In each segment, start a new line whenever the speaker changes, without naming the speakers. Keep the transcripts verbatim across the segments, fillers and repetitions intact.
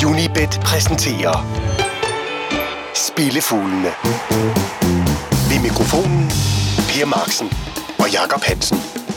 Unibet præsenterer Spillefuglene. Ved mikrofonen Per Marksen og Jakob Hansen.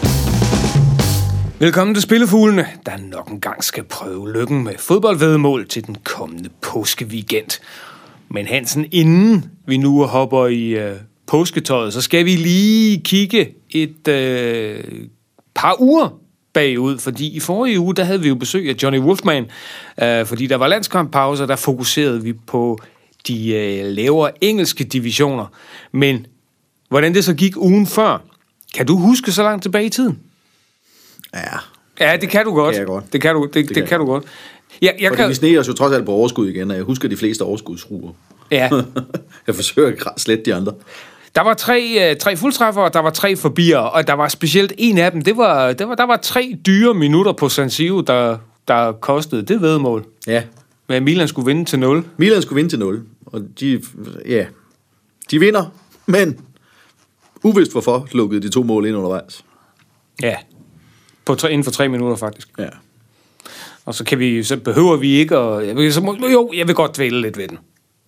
Velkommen til Spillefuglene, der nok en gang skal prøve lykken med fodboldvæddemål til den kommende påskeweekend. Men Hansen, inden vi nu hopper i øh, påsketøjet, så skal vi lige kigge et øh, par uger bagud, fordi i forrige uge, der havde vi jo besøg af Johnny Wolfman, øh, fordi der var landskamppause, og der fokuserede vi på de øh, lavere engelske divisioner. Men hvordan det så gik ugen før, kan du huske så langt tilbage i tiden?
Ja.
Ja, det kan du godt.
Det kan jeg godt.
Det kan du, det, det, det kan, kan du godt.
Ja, jeg Fordi kan... vi sneger os jo trods alt på overskud igen, og jeg husker de fleste overskudsruer.
Ja.
Jeg forsøger at slette de andre.
Der var tre, tre fuldtræffere, og der var tre forbier, og der var specielt en af dem. Det var, det var, der var tre dyre minutter på San Siro, der, der kostede det væddemål.
Ja.
Men Milan skulle vinde til nul.
Milan skulle vinde til nul, og de, ja, de vinder, men uvist hvorfor lukkede de to mål ind undervejs.
Ja, på tre, inden for tre minutter faktisk.
Ja.
Og så, kan vi, så behøver vi ikke at... Så må, jo, jeg vil godt dvæle lidt ved den.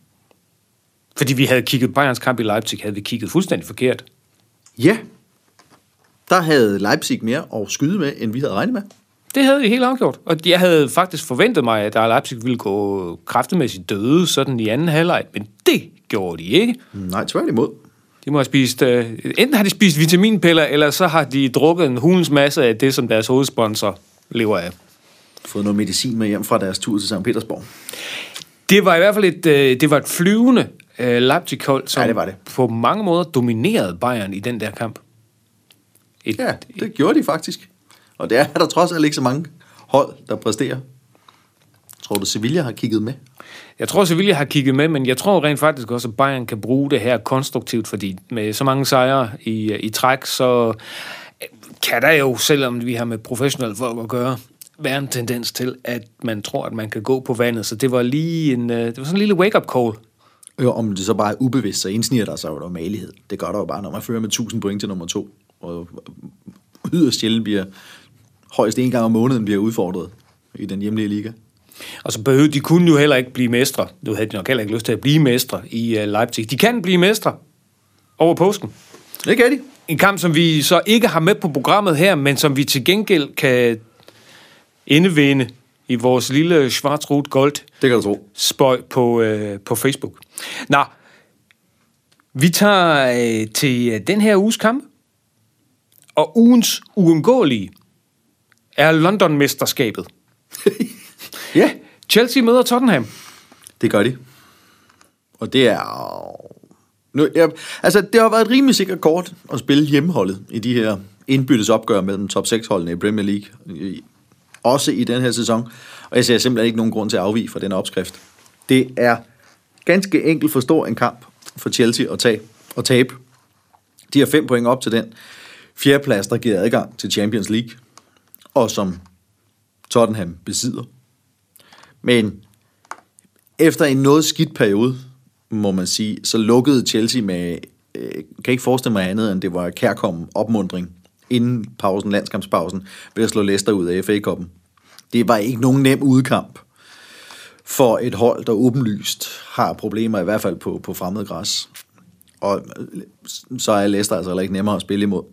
Fordi vi havde kigget Bayerns kamp i Leipzig, havde vi kigget fuldstændig forkert.
Ja, der havde Leipzig mere at skyde med, end vi havde regnet med.
Det havde vi helt afgjort. Og jeg havde faktisk forventet mig, at der Leipzig ville gå kraftemæssigt døde sådan i anden halvleg, men det gjorde de ikke.
Nej, tværtimod.
De må have spist... Uh, enten har de spist vitaminpiller, eller så har de drukket en hulens masse af det, som deres hovedsponsor lever af.
Fået noget medicin med hjem fra deres tur til Sankt Petersborg.
Det var i hvert fald et, uh, det var et flyvende uh, Leipzig-hold, som
ja, det var det.
på mange måder dominerede Bayern i den der kamp.
Et, ja, det et, gjorde de faktisk. Og det er der trods alt ikke så mange hold, der præsterer. Tror du, Sevilla har kigget med?
Jeg tror, Sevilla har kigget med, men jeg tror rent faktisk også, at Bayern kan bruge det her konstruktivt, fordi med så mange sejre i, i træk, så kan der jo, selvom vi har med professionelle folk at gøre, være en tendens til, at man tror, at man kan gå på vandet. Så det var lige en, det var sådan en lille wake-up call.
Jo, om det så bare er ubevidst, så indsniger der sig jo der malighed. Det gør der jo bare, når man fører med tusind point til nummer to, og yderst sjældent bliver højst en gang om måneden bliver udfordret i den hjemlige liga.
Og så behøvede de kunne jo heller ikke blive mestre. Du havde nok heller ikke lyst til at blive mestre i uh, Leipzig. De kan blive mestre over påsken.
Det kan de.
En kamp, som vi så ikke har med på programmet her, men som vi til gengæld kan indevinde i vores lille Schwarz-Rot Gold.
Det kan du tro.
Spøj på, uh, på Facebook. Nå, vi tager uh, til den her uges kamp. Og ugens uundgåelige er London-mesterskabet.
Ja.
Chelsea møder Tottenham.
Det gør de. Og det er... Nu, jeg, altså, det har været et rimelig sikkert kort at spille hjemmeholdet i de her indbyttes opgør mellem top seks-holdene i Premier League. Også i den her sæson. Og jeg ser simpelthen ikke nogen grund til at afvige fra den opskrift. Det er ganske enkelt for stor en kamp for Chelsea at tage og tabe. De har fem point op til den fjerdeplads, der giver adgang til Champions League. Og som Tottenham besidder. Men efter en noget skidt periode, må man sige, så lukkede Chelsea med, øh, kan ikke forestille mig andet, end det var kærkommen opmuntring inden pausen, landskampspausen, ved at slå Leicester ud af F A-cupen. Det var ikke nogen nem udkamp for et hold, der åbenlyst har problemer, i hvert fald på, på fremmed græs. Og så er Leicester altså heller ikke nemmere at spille imod.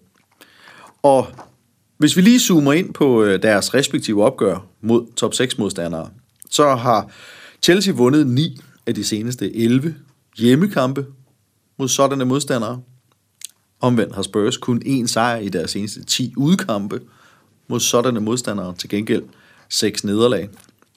Og hvis vi lige zoomer ind på deres respektive opgør mod top seks-modstandere, så har Chelsea vundet ni af de seneste elleve hjemmekampe mod sådanne modstandere. Omvendt har Spurs kun én sejr i deres seneste ti udkampe mod sådanne modstandere, til gengæld seks nederlag.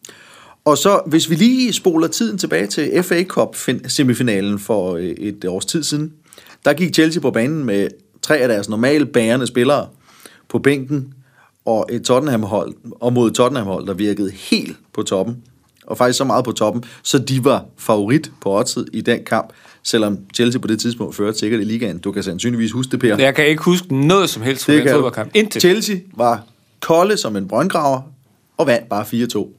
Og så, hvis vi lige spoler tiden tilbage til F A Cup-semifinalen for et års tid siden, der gik Chelsea på banen med tre af deres normale bærende spillere på bænken, og et Tottenham-hold, og mod et Tottenham-hold, der virkede helt på toppen, og faktisk så meget på toppen, så de var favorit på oddset i den kamp, selvom Chelsea på det tidspunkt førte sikkert i ligaen. Du kan sandsynligvis huske det, Per.
Jeg kan ikke huske noget som helst fra den fodboldkamp. Indtil.
Chelsea var kolde som en brøndgraver, og vandt bare fire to.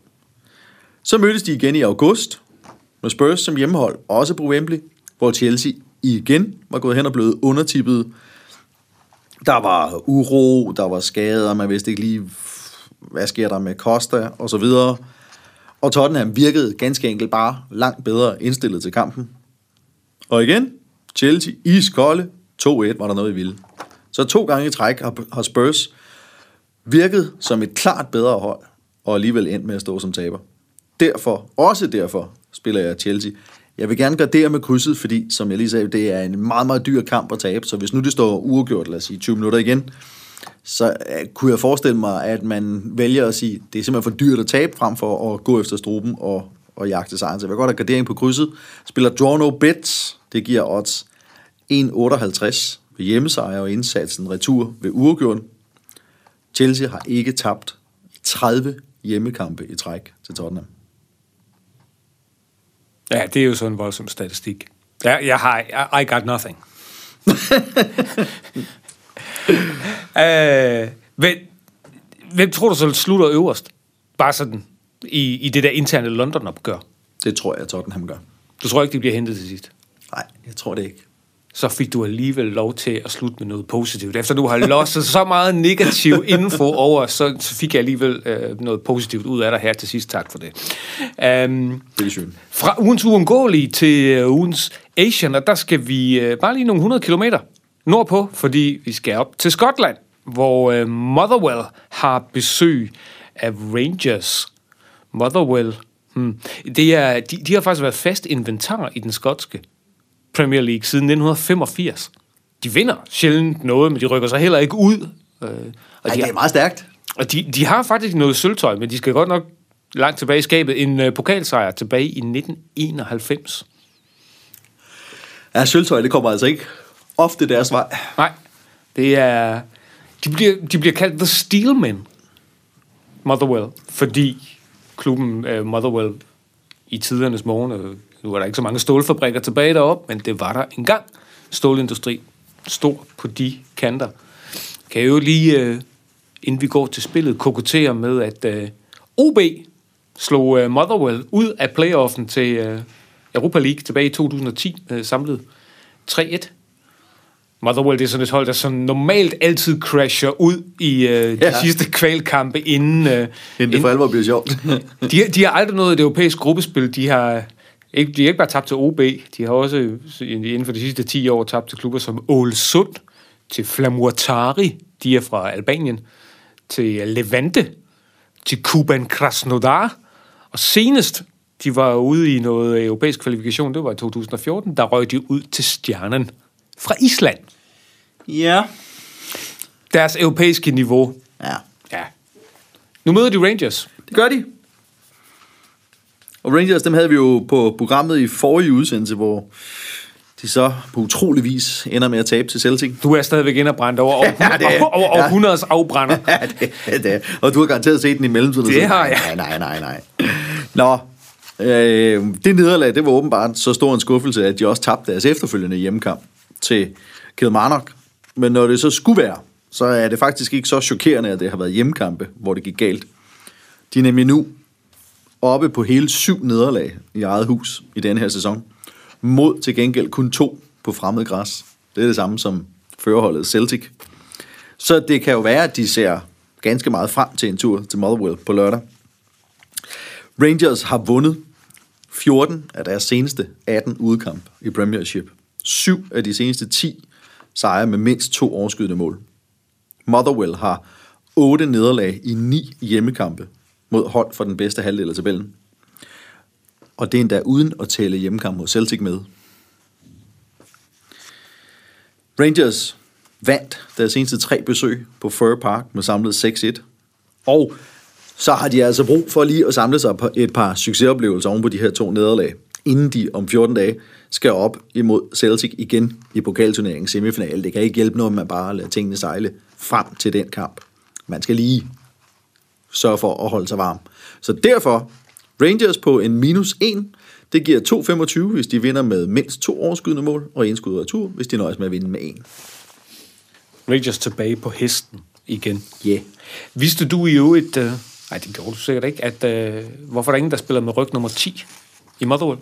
Så mødtes de igen i august, med Spurs som hjemmehold, også på Wembley, hvor Chelsea igen var gået hen og blevet undertippet. Der var uro, der var skader, man vidste ikke lige, hvad sker der med Costa, og så videre. Og Tottenham virkede ganske enkelt bare langt bedre indstillet til kampen. Og igen, Chelsea iskolde, to et var der noget, I ville. Så to gange i træk har Spurs virket som et klart bedre hold, og alligevel endt med at stå som taber. Derfor, også derfor, spiller jeg Chelsea. Jeg vil gerne gardere med krydset, fordi, som jeg lige sagde, det er en meget, meget dyr kamp at tabe, så hvis nu det står uafgjort, lad os sige tyve minutter igen, så kunne jeg forestille mig, at man vælger at sige, det er simpelthen for dyrt at tabe, frem for at gå efter struben og, og jagte sejren. Så jeg vil godt have gardering på krydset. Spiller draw no bets, det giver odds en komma otteoghalvtreds ved hjemmesejr og indsatsen retur ved uafgjort. Chelsea har ikke tabt i tredive hjemmekampe i træk til Tottenham.
Ja, det er jo sådan en voldsom statistik. Jeg, jeg har... I got nothing. uh, hvem, hvem tror du så slutter øverst? Bare sådan i, i det der interne London-opgør.
Det tror jeg, Tottenham gør.
Du tror ikke, de bliver hentet til sidst?
Nej, jeg tror det ikke.
Så fik du alligevel lov til at slutte med noget positivt. Efter du har losset så meget negativ info over, så, så fik jeg alligevel øh, noget positivt ud af dig her til sidst. Tak for det. Um,
det er synd.
Fra ugens uundgåelige til uh, ugens Asian, og der skal vi uh, bare lige nogle hundrede kilometer nordpå, fordi vi skal op til Skotland, hvor uh, Motherwell har besøg af Rangers. Motherwell, hmm. det er, de, de har faktisk været fast inventar i den skotske Premier League siden nitten femogfirs. De vinder sjældent noget, men de rykker sig heller ikke ud. Øh, og
Ej,
de
det er meget stærkt.
Og de, de har faktisk noget sølvtøj, men de skal godt nok langt tilbage i skabet. En uh, pokalsejr tilbage i nitten enoghalvfems.
Ja, sølvtøj, det kommer altså ikke ofte deres vej.
Nej, det er... De bliver, de bliver kaldt The Steelmen, Motherwell, fordi klubben uh, Motherwell i tidernes morgen... Uh, Nu er der ikke så mange stålfabrikker tilbage deroppe, men det var der engang. Stålindustri stor på de kanter. Kan jeg jo lige, øh, inden vi går til spillet, kokettere med, at øh, O B slog øh, Motherwell ud af playoffen til øh, Europa League tilbage i to tusind og ti, øh, samlet tre et. Motherwell, det er sådan et hold, der sådan normalt altid crasher ud i øh, de ja. sidste kvalkampe, inden... Øh,
inden det for alvor bliver sjovt.
de, de har aldrig nået et europæisk gruppespil. De har... Ikke, de har ikke bare tabt til O B, de har også inden for de sidste ti år tabt til klubber som Ålesund, til Flamurtari, de er fra Albanien, til Levante, til Kuban Krasnodar, og senest, de var ude i noget europæisk kvalifikation, det var i to tusind og fjorten, der røg de ud til Stjernen fra Island.
Ja.
Deres europæiske niveau.
Ja.
Ja. Nu møder de Rangers.
Det gør de. Og Rangers, dem havde vi jo på programmet i forrige udsendelse, hvor de så på utrolig vis ender med at tabe til Celtic.
Du er stadigvæk inderbrændt over, over, ja, det, over, over ja. århundredes afbrænder.
Ja, det, det er. Og du har garanteret set den i mellemtiden.
Det har jeg.
Nej, nej, nej, nej. Nå, øh, det nederlag, det var åbenbart så stor en skuffelse, at de også tabte deres efterfølgende hjemmekamp til Kilmarnock. Men når det så skulle være, så er det faktisk ikke så chokerende, at det har været hjemmekampe, hvor det gik galt. De er nemlig nu oppe på hele syv nederlag i eget hus i denne her sæson, mod til gengæld kun to på fremmed græs. Det er det samme som førerholdet Celtic. Så det kan jo være, at de ser ganske meget frem til en tur til Motherwell på lørdag. Rangers har vundet fjorten af deres seneste atten udekamp i Premiership. Syv af de seneste ti sejre med mindst to overskydende mål. Motherwell har otte nederlag i ni hjemmekampe mod hold for den bedste halvdel af tabellen. Og det er endda uden at tælle hjemmekamp mod Celtic med. Rangers vandt deres seneste tre besøg på Fir Park med samlet seks et. Og så har de altså brug for lige at samle sig på et par succesoplevelser oven på de her to nederlag, inden de om fjorten dage skal op imod Celtic igen i pokalturneringen semifinale. Det kan ikke hjælpe noget, at man bare lader tingene sejle frem til den kamp. Man skal lige sørge for at holde sig varm. Så derfor, Rangers på en minus en, det giver to komma femogtyve, hvis de vinder med mindst to overskydende mål, og en skud og retur, hvis de nøjes med at vinde med en.
Rangers tilbage på hesten igen.
Ja. Yeah.
Vidste du i øvrigt, uh, nej det gjorde du sikkert ikke, at uh, hvorfor er der ingen, der spiller med ryg nummer ti i Motherwell?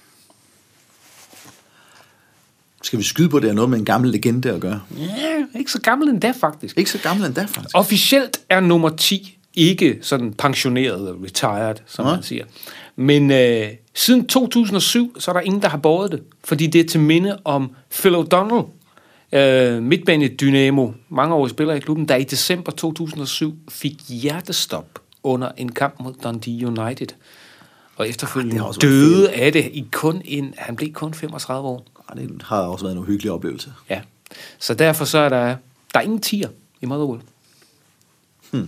Skal vi skyde på, det er noget med en gammel legende at gøre?
Ja, ikke så gammel endda faktisk.
Ikke så gammel endda faktisk.
Officielt er nummer ti ikke sådan pensioneret, retired, som ja. man siger. Men øh, siden to tusind og syv, så er der ingen, der har båret det, fordi det er til minde om Phil O'Donnell, øh, midtbane-dynamo, mange år spiller i klubben, der i december to tusind og syv fik hjertestop under en kamp mod Dundee United. Og efterfølgende ah, døde af det i kun en... Han blev kun femogtredive år.
Ah, det har også været en uhyggelig oplevelse.
Ja. Så derfor så er der... Der er ingen tier i Motherwell. Hmm.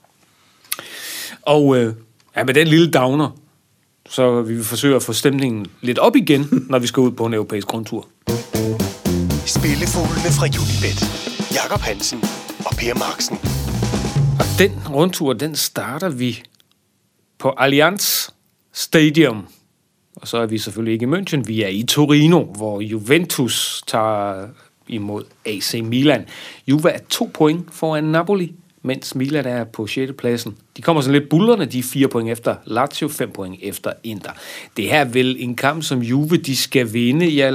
Og øh, ja, med den lille downer, så vi vil forsøge at få stemningen lidt op igen, når vi skal ud på en europæisk rundtur.
Spillefuglene fra Unibet. Jakob Hansen og Per Marksen.
Og den rundtur, den starter vi på Allianz Stadium. Og så er vi selvfølgelig ikke i München, vi er i Torino, hvor Juventus tager imod A C Milan. Juve er to point foran Napoli, mens Milan er på sjette pladsen. De kommer sådan lidt bullerne, de er fire point efter Lazio, fem point efter Inter. Det her er vel en kamp, som Juve de skal vinde. Jeg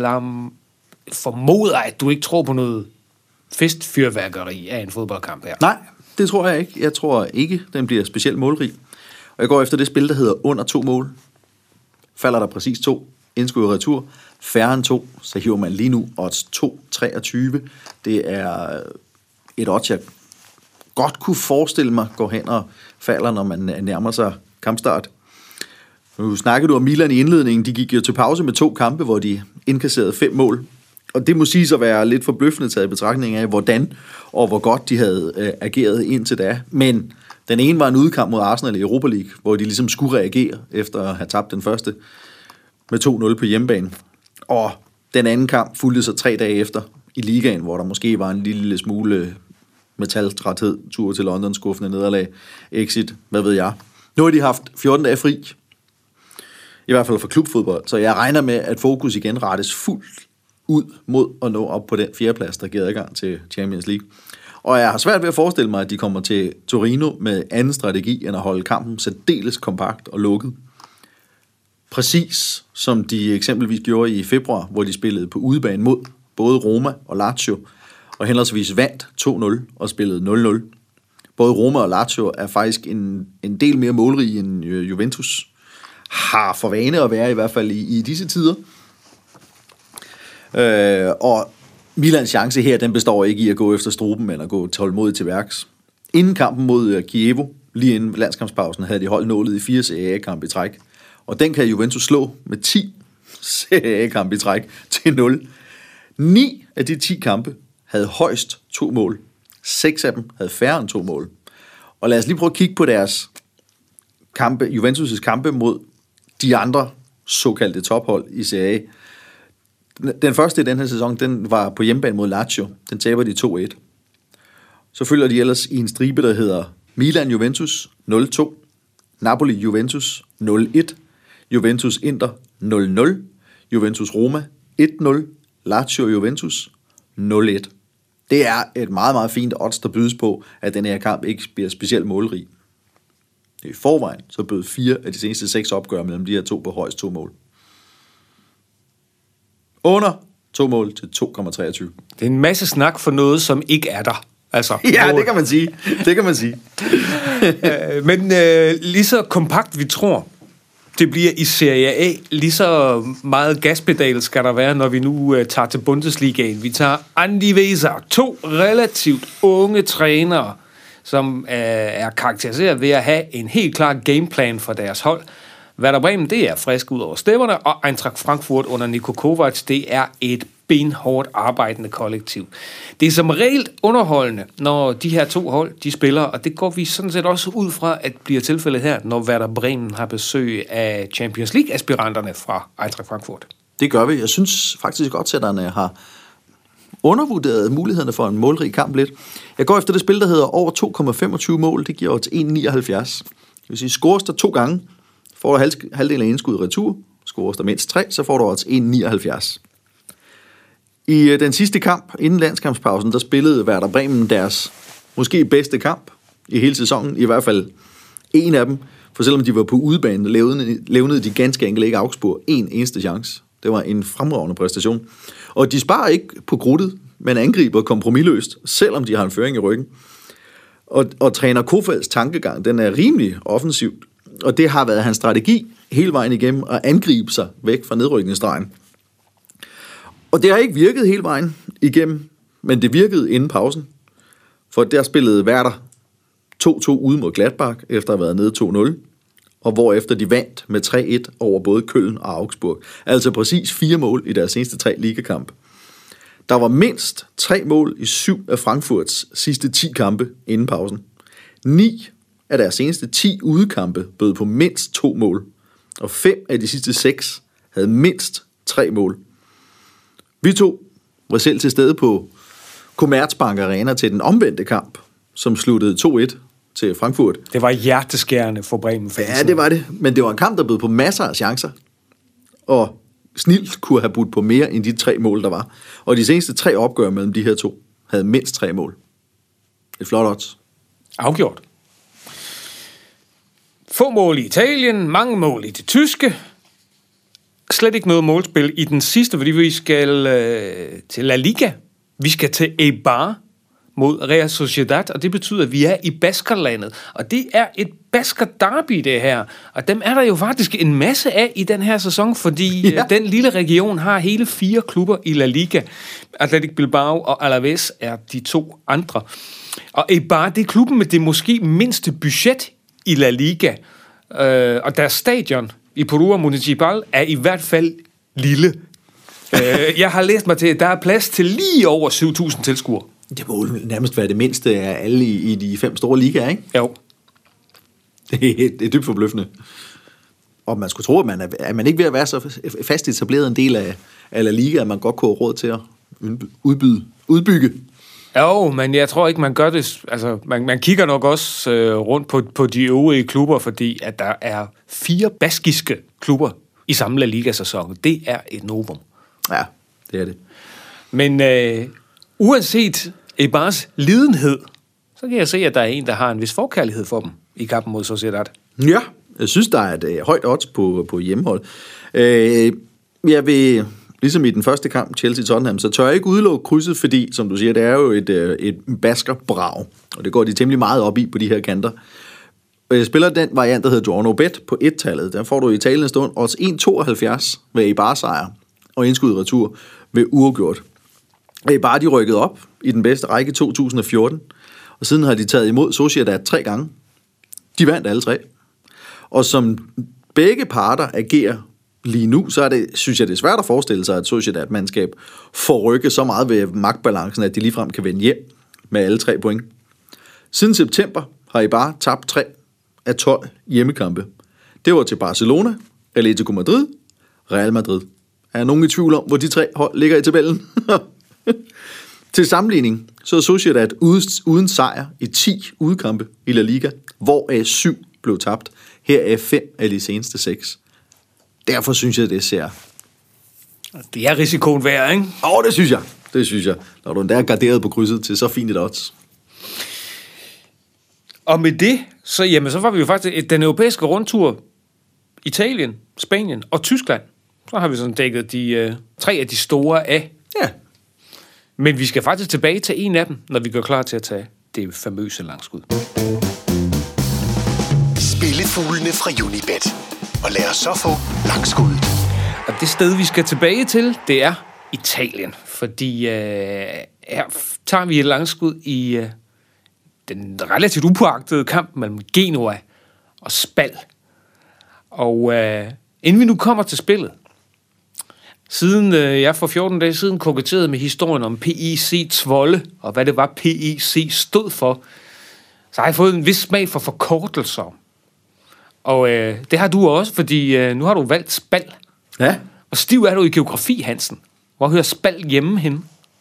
formoder, at du ikke tror på noget festfyrværkeri af en fodboldkamp her.
Nej, det tror jeg ikke. Jeg tror ikke, den bliver specielt målrig. Og jeg går efter det spil, der hedder under to mål. Falder der præcis to, indskud i retur, færre end to, så hiver man lige nu odds to komma treogtyve. Det er et odds, jeg godt kunne forestille mig går hen og falder, når man nærmer sig kampstart. Nu snakkede du om Milan i indledningen. De gik jo til pause med to kampe, hvor de indkasserede fem mål. Og det må sige at være lidt forbløffende taget i betragtning af, hvordan og hvor godt de havde øh, ageret indtil da. Men den ene var en udkamp mod Arsenal i Europa League, hvor de ligesom skulle reagere efter at have tabt den første med to nul på hjemmebane. Og den anden kamp fulgte sig tre dage efter i ligaen, hvor der måske var en lille smule metaltræthed, tur til London, skuffende nederlag, exit, hvad ved jeg. Nu har de haft fjorten dage fri, i hvert fald for klubfodbold, så jeg regner med, at fokus igen rettes fuldt ud mod at nå op på den fjerdeplads, der giver adgang til Champions League. Og jeg har svært ved at forestille mig, at de kommer til Torino med anden strategi, end at holde kampen særdeles kompakt og lukket. Præcis som de eksempelvis gjorde i februar, hvor de spillede på udebane mod både Roma og Lazio, og henholdsvis vandt to nul og spillede nul nul. Både Roma og Lazio er faktisk en, en del mere målrige end Juventus. Har for vane at være i hvert fald i, i disse tider. Øh, og Milans chance her, den består ikke i at gå efter struben, men at gå tålmodigt til værks. Inden kampen mod Chievo, lige inden landskampspausen, havde de holdt nålet i fire Serie A-kampe i træk. Og den kan Juventus slå med ti Serie A-kampe i træk til nul. Ni af de ti kampe havde højst to mål. Seks af dem havde færre end to mål. Og lad os lige prøve at kigge på deres kampe, Juventus' kampe mod de andre såkaldte tophold i Serie A. Den første i den her sæson, den var på hjemmebane mod Lazio. Den taber de to et. Så følger de ellers i en stribe, der hedder Milan-Juventus nul to, Napoli-Juventus nul et, Juventus-Inter nul nul, Juventus-Roma et nul, Lazio-Juventus nul et. Det er et meget, meget fint odds, der bydes på, at den her kamp ikke bliver specielt målrig. I forvejen så bød fire af de seneste seks opgør mellem de her to på højst to mål. Under to mål til to komma treogtyve.
Det er en masse snak for noget, som ikke er der. Altså,
ja, det kan man sige. Det kan man sige.
Men øh, lige så kompakt vi tror, det bliver i Serie A, lige så meget gaspedal skal der være, når vi nu øh, tager til Bundesligaen. Vi tager Andi Weser, to relativt unge trænere, som øh, er karakteriseret ved at have en helt klar gameplan for deres hold. Werder Bremen, det er frisk ud over stepperne, og Eintracht Frankfurt under Niko Kovac, det er et benhårdt arbejdende kollektiv. Det er som regel underholdende, når de her to hold, de spiller, og det går vi sådan set også ud fra, at bliver tilfældet her, når Werder Bremen har besøg af Champions League-aspiranterne fra Eintracht Frankfurt.
Det gør vi. Jeg synes faktisk godt, at godtsætterne har undervurderet mulighederne for en målrig kamp lidt. Jeg går efter det spil, der hedder over to komma femogtyve mål. Det giver til en komma nioghalvfjerds. Det vil sige, scores der to gange, får du halv, halvdelen af indskud i retur. Scores der mindst tre, så får du til en komma nioghalvfjerds. I den sidste kamp, inden landskampspausen, der spillede Werder Bremen deres måske bedste kamp i hele sæsonen. I hvert fald en af dem. For selvom de var på udebane, levnede, levnede de ganske enkelt ikke Augsburg en eneste chance. Det var en fremragende præstation. Og de sparer ikke på krudtet, men angriber kompromisløst, selvom de har en føring i ryggen. Og, og træner Kofelds tankegang, den er rimelig offensiv, og det har været hans strategi hele vejen igennem at angribe sig væk fra nedrykningsstregen. Og det har ikke virket hele vejen igennem, men det virkede inden pausen, for der spillede Werder to to ude mod Gladbach, efter at have været nede to nul, og hvorefter de vandt med tre et over både Köln og Augsburg. Altså præcis fire mål i deres seneste tre ligakampe. Der var mindst tre mål i syv af Frankfurts sidste ti kampe inden pausen. Ni af deres seneste ti udekampe bød på mindst to mål, og fem af de sidste seks havde mindst tre mål. Vi to var selv til stede på Commerzbank Arena til den omvendte kamp, som sluttede to et til Frankfurt.
Det var hjerteskærende for Bremen.
Ja, det var det. Men det var en kamp, der bød på masser af chancer. Og snilt kunne have budt på mere end de tre mål, der var. Og de seneste tre opgør mellem de her to havde mindst tre mål. Et flot odds.
Afgjort. Få mål i Italien, mange mål i det tyske. Slet ikke noget målspil i den sidste, fordi vi skal øh, til La Liga. Vi skal til Eibar mod Real Sociedad, og det betyder, at vi er i Baskerlandet. Og det er et Basker-derby, det her. Og dem er der jo faktisk en masse af i den her sæson, fordi ja. Den lille region har hele fire klubber i La Liga. Athletic Bilbao og Alaves er de to andre. Og Eibar, det er klubben med det måske mindste budget i La Liga. Øh, og deres stadion i Purua Municipal er i hvert fald lille. øh, jeg har læst mig til, at der er plads til lige over syv tusind tilskuere.
Det må nærmest være det mindste af alle i, i de fem store ligaer, ikke?
Jo.
Det er, det er dybt forbløffende. Og man skulle tro, at man er, er man ikke ved at være så fast etableret en del af, af La Liga, at man godt kunne have råd til at udbyde, udbygge.
Jo, men jeg tror ikke, man gør det. Altså, man, man kigger nok også øh, rundt på, på de øvrige klubber, fordi at der er fire baskiske klubber i samme La Liga-sæson. Det er et novum.
Ja, det er det.
Men øh, uanset Eibars lidenhed, så kan jeg se, at der er en, der har en vis forkærlighed for dem i kampen mod Sociedad.
Ja, jeg synes, der er et øh, højt odds på, på hjemmehold. Øh, jeg vil, ligesom i den første kamp, Chelsea-Tottenham, så tør jeg ikke udelukke krydset, fordi, som du siger, det er jo et, øh, et basker-brag, og det går de temmelig meget op i på de her kanter. Jeg spiller den variant, der hedder Draw No Bet på et-tallet. Der får du i talende stund odds en komma tooghalvfjerds ved Eibar-sejr og indskud retur ved uafgjort. Eibar, de rykkede op i den bedste række to tusind og fjorten, og siden har de taget imod Sociedad tre gange. De vandt alle tre. Og som begge parter agerer lige nu, så er det, synes jeg, det er svært at forestille sig, at Sociedad-mandskab får rykket så meget ved magtbalancen, at de ligefrem kan vende hjem med alle tre point. Siden september har Eibar tabt tre af tolv hjemmekampe. Det var til Barcelona, Atletico Madrid, Real Madrid. Er nogen i tvivl om, hvor de tre hold ligger i tabellen? Til sammenligning, så er Sociedad uden sejr i ti udekampe i La Liga, hvoraf syv blev tabt. Her er fem af de seneste seks. Derfor synes jeg, det ser...
Det er risikoen værd, ikke?
Åh, oh, det synes jeg. Det synes jeg. Når du endda er garderet på krydset til så fint et odds.
Og med det, så, jamen, så var vi jo faktisk den europæiske rundtur. Italien, Spanien og Tyskland. Så har vi sådan dækket de øh, tre af de store af.
Ja.
Men vi skal faktisk tilbage til en af dem, når vi går klar til at tage det famøse langskud.
Spillefuglene fra Unibet. Og lad os så få langskuddet.
Og det sted, vi skal tilbage til, det er Italien. Fordi øh, her tager vi et langskud i øh, den relativt upåagtede kamp mellem Genoa og Spal. Og øh, inden vi nu kommer til spillet, siden øh, jeg for fjorten dage siden koketterede med historien om P I C Zwolle, og hvad det var P I C stod for, så har jeg fået en vis smag for forkortelser. Og øh, det har du også, fordi øh, nu har du valgt Spal.
Ja.
Og stiv er du i geografi, Hansen. Hvor hører Spal hjemme henne?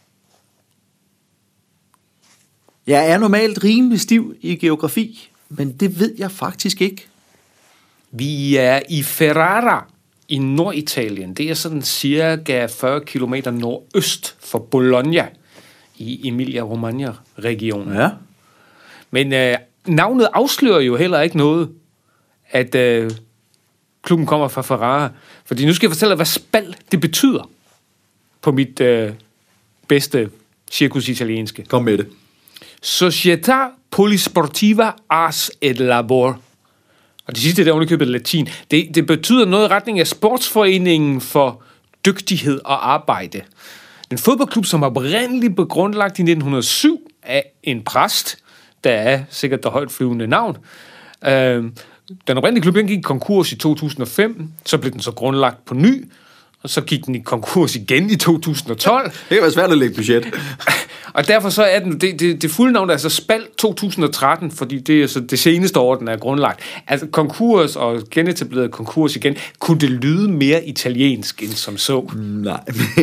Jeg er normalt rimelig stiv i geografi, men det ved jeg faktisk ikke.
Vi er i Ferrara i Norditalien. Det er sådan cirka fyrre kilometer nordøst for Bologna i Emilia-Romagna-regionen.
Ja.
Men øh, navnet afslører jo heller ikke noget, at øh, klubben kommer fra Ferrara. Fordi nu skal jeg fortælle dig, hvad Spal det betyder på mit øh, bedste cirkus italienske.
Kom med det.
Società Polisportiva Ars et Labor. Og det sidste det er ovenikøbet latin. Det, det betyder noget i retning af Sportsforeningen for dygtighed og arbejde. En fodboldklub, som oprindeligt blev grundlagt i nitten hundrede og syv af en præst, der er sikkert der højtflyvende navn. Øh, den oprindelige klub gik konkurs i to tusind og fem, så blev den så grundlagt på ny, og så gik den i konkurs igen i to tusind og tolv.
Det kan være svært at lægge budget.
Og derfor så er den, det, det, det fulde navn er altså Spal to tusind og tretten, fordi det er så det seneste år, den er grundlagt. Altså konkurs og genetableret konkurs igen, kunne det lyde mere italiensk end som så?
Nej.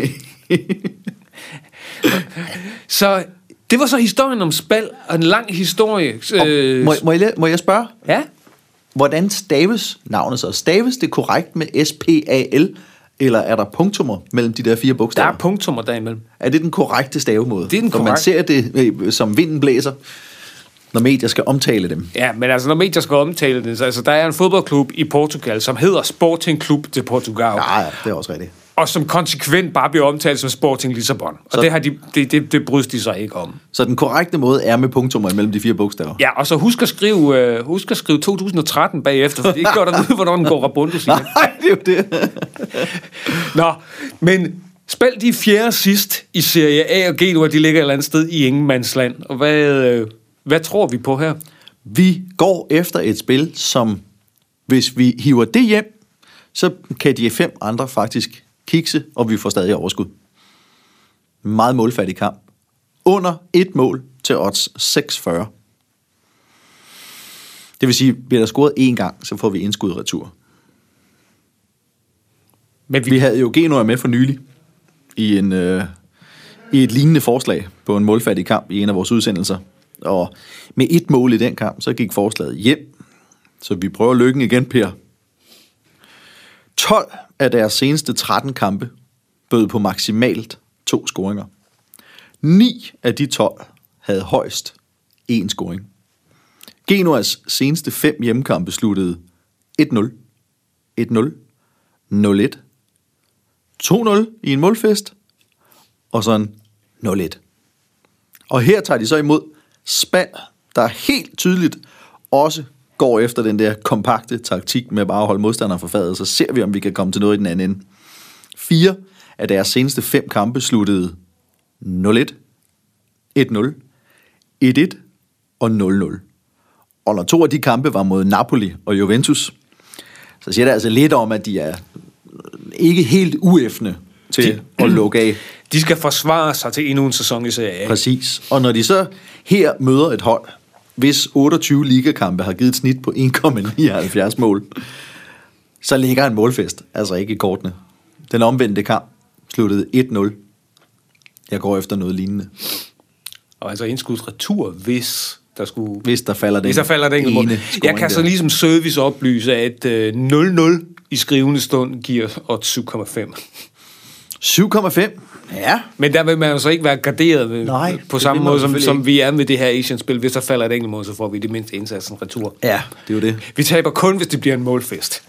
Så det var så historien om Spal, og en lang historie.
Øh, må, må, jeg, må jeg spørge?
Ja?
Hvordan staves navnet så? Staves det korrekt med S P A L, eller er der punktummer mellem de der fire bogstaver?
Der er punktummer derimellem.
Er det den korrekte stavemåde?
Det er den korrekte.
Man ser det, som vinden blæser, når medier skal omtale dem.
Ja, men altså, når medier skal omtale det, så altså, der er en fodboldklub i Portugal, som hedder Sporting Club de Portugal.
Ja, ja, det er også rigtigt.
Og som konsekvent bare bliver omtalt som Sporting Lissabon. Og
så,
det, har de, det, det, det bryder de sig ikke om.
Så den korrekte måde er med punktummer mellem de fire bogstaver?
Ja, og så husk at skrive, uh, husk at skrive to tusind og tretten bagefter, for det ikke gør der ud, hvornår den går rabundus.
Nej, det er jo det.
Nå, men Spal de fjerde sidst i Serie A og Genua, de ligger et eller andet sted i ingenmandsland. Og hvad, uh, hvad tror vi på her?
Vi går efter et spil, som hvis vi hiver det hjem, så kan de fem andre faktisk kikse, og vi får stadig overskud. Meget målfattig kamp. Under et mål til odds seks komma fyrre. Det vil sige, bliver der scoret én gang, så får vi indskud retur. Men vi... vi havde jo Genua med for nylig i, en, øh, i et lignende forslag på en målfattig kamp i en af vores udsendelser. Og med et mål i den kamp, så gik forslaget hjem. Så vi prøver lykken igen, Per. tolv af deres seneste tretten kampe bød på maksimalt to scoringer. ni af de tolv havde højst én scoring. Genuas seneste fem hjemmekampe sluttede et nul, et nul, nul et, to nul i en målfest, og sådan nul et. Og her tager de så imod Spal, der helt tydeligt også går efter den der kompakte taktik med bare at holde modstanderen for fadet, så ser vi, om vi kan komme til noget i den anden ende. Fire af deres seneste fem kampe sluttede nul et, et nul, et et og nul nul. Og når to af de kampe var mod Napoli og Juventus, så siger det altså lidt om, at de er ikke helt uæfne til de, at lukke af.
De skal forsvare sig til endnu en sæson i Serie A.
Præcis. Og når de så her møder et hold, hvis otteogtyve ligakampe har givet et snit på en komma nioghalvfjerds mål, så ligger en målfest altså ikke i kortene. Den omvendte kamp sluttede et nul. Jeg går efter noget lignende.
Og altså indskudsretur, hvis der skulle...
Hvis der falder den,
hvis der falder den ene mål. Jeg kan der. Så ligesom service oplyse, at uh, nul nul i skrivende stund giver odds syv komma fem.
syv komma fem? Ja.
Men der vil man jo så ikke være garderet ved,
Nej,
på samme måde, som, som vi er med det her Asian-spil. Hvis der falder et enkelt mål, så får vi det mindste indsatsen retur.
Ja, det er jo det.
Vi taber kun, hvis det bliver en målfest.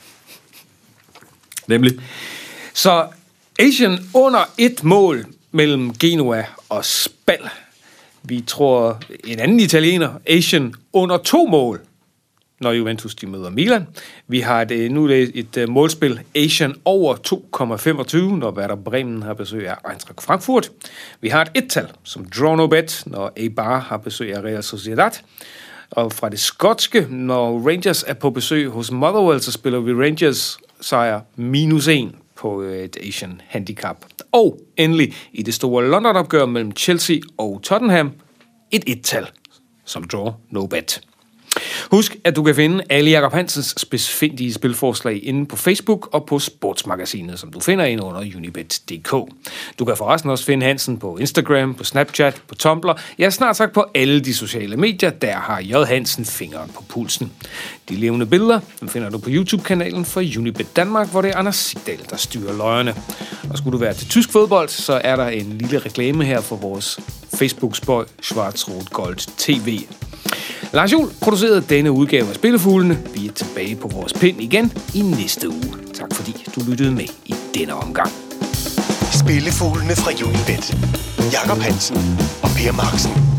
Nemlig.
Så Asian under et mål mellem Genua og Spal. Vi tror en anden italiener, Asian under to mål, når Juventus de møder Milan. Vi har et, nu et, et målspil Asian over to komma femogtyve, når Werder Bremen har besøg af Eintracht Frankfurt. Vi har et et-tal, som draw no bet, når Eibar har besøg af Real Sociedad. Og fra det skotske, når Rangers er på besøg hos Motherwell, så spiller vi Rangers sejr minus en på et Asian handicap. Og endelig i det store London-opgør mellem Chelsea og Tottenham, et et-tal, som draw no bet. Husk, at du kan finde alle Jakob Hansens spidsfindige spilforslag inde på Facebook og på Sportsmagasinet, som du finder inde under unibet punktum d k. Du kan forresten også finde Hansen på Instagram, på Snapchat, på Tumblr, ja snart sagt på alle de sociale medier, der har J. Hansen fingeren på pulsen. De levende billeder, dem finder du på YouTube-kanalen for Unibet Danmark, hvor det er Anders Sigdal, der styrer løjerne. Og skulle du være til tysk fodbold, så er der en lille reklame her for vores Facebook-spøj Schwarz-Rot Gold T V. Lars Juhl producerede denne udgave af Spillefuglene. Vi er tilbage på vores pind igen i næste uge. Tak fordi du lyttede med i denne omgang.
Spillefuglene fra Unibet. Jakob Hansen og Per Marksen.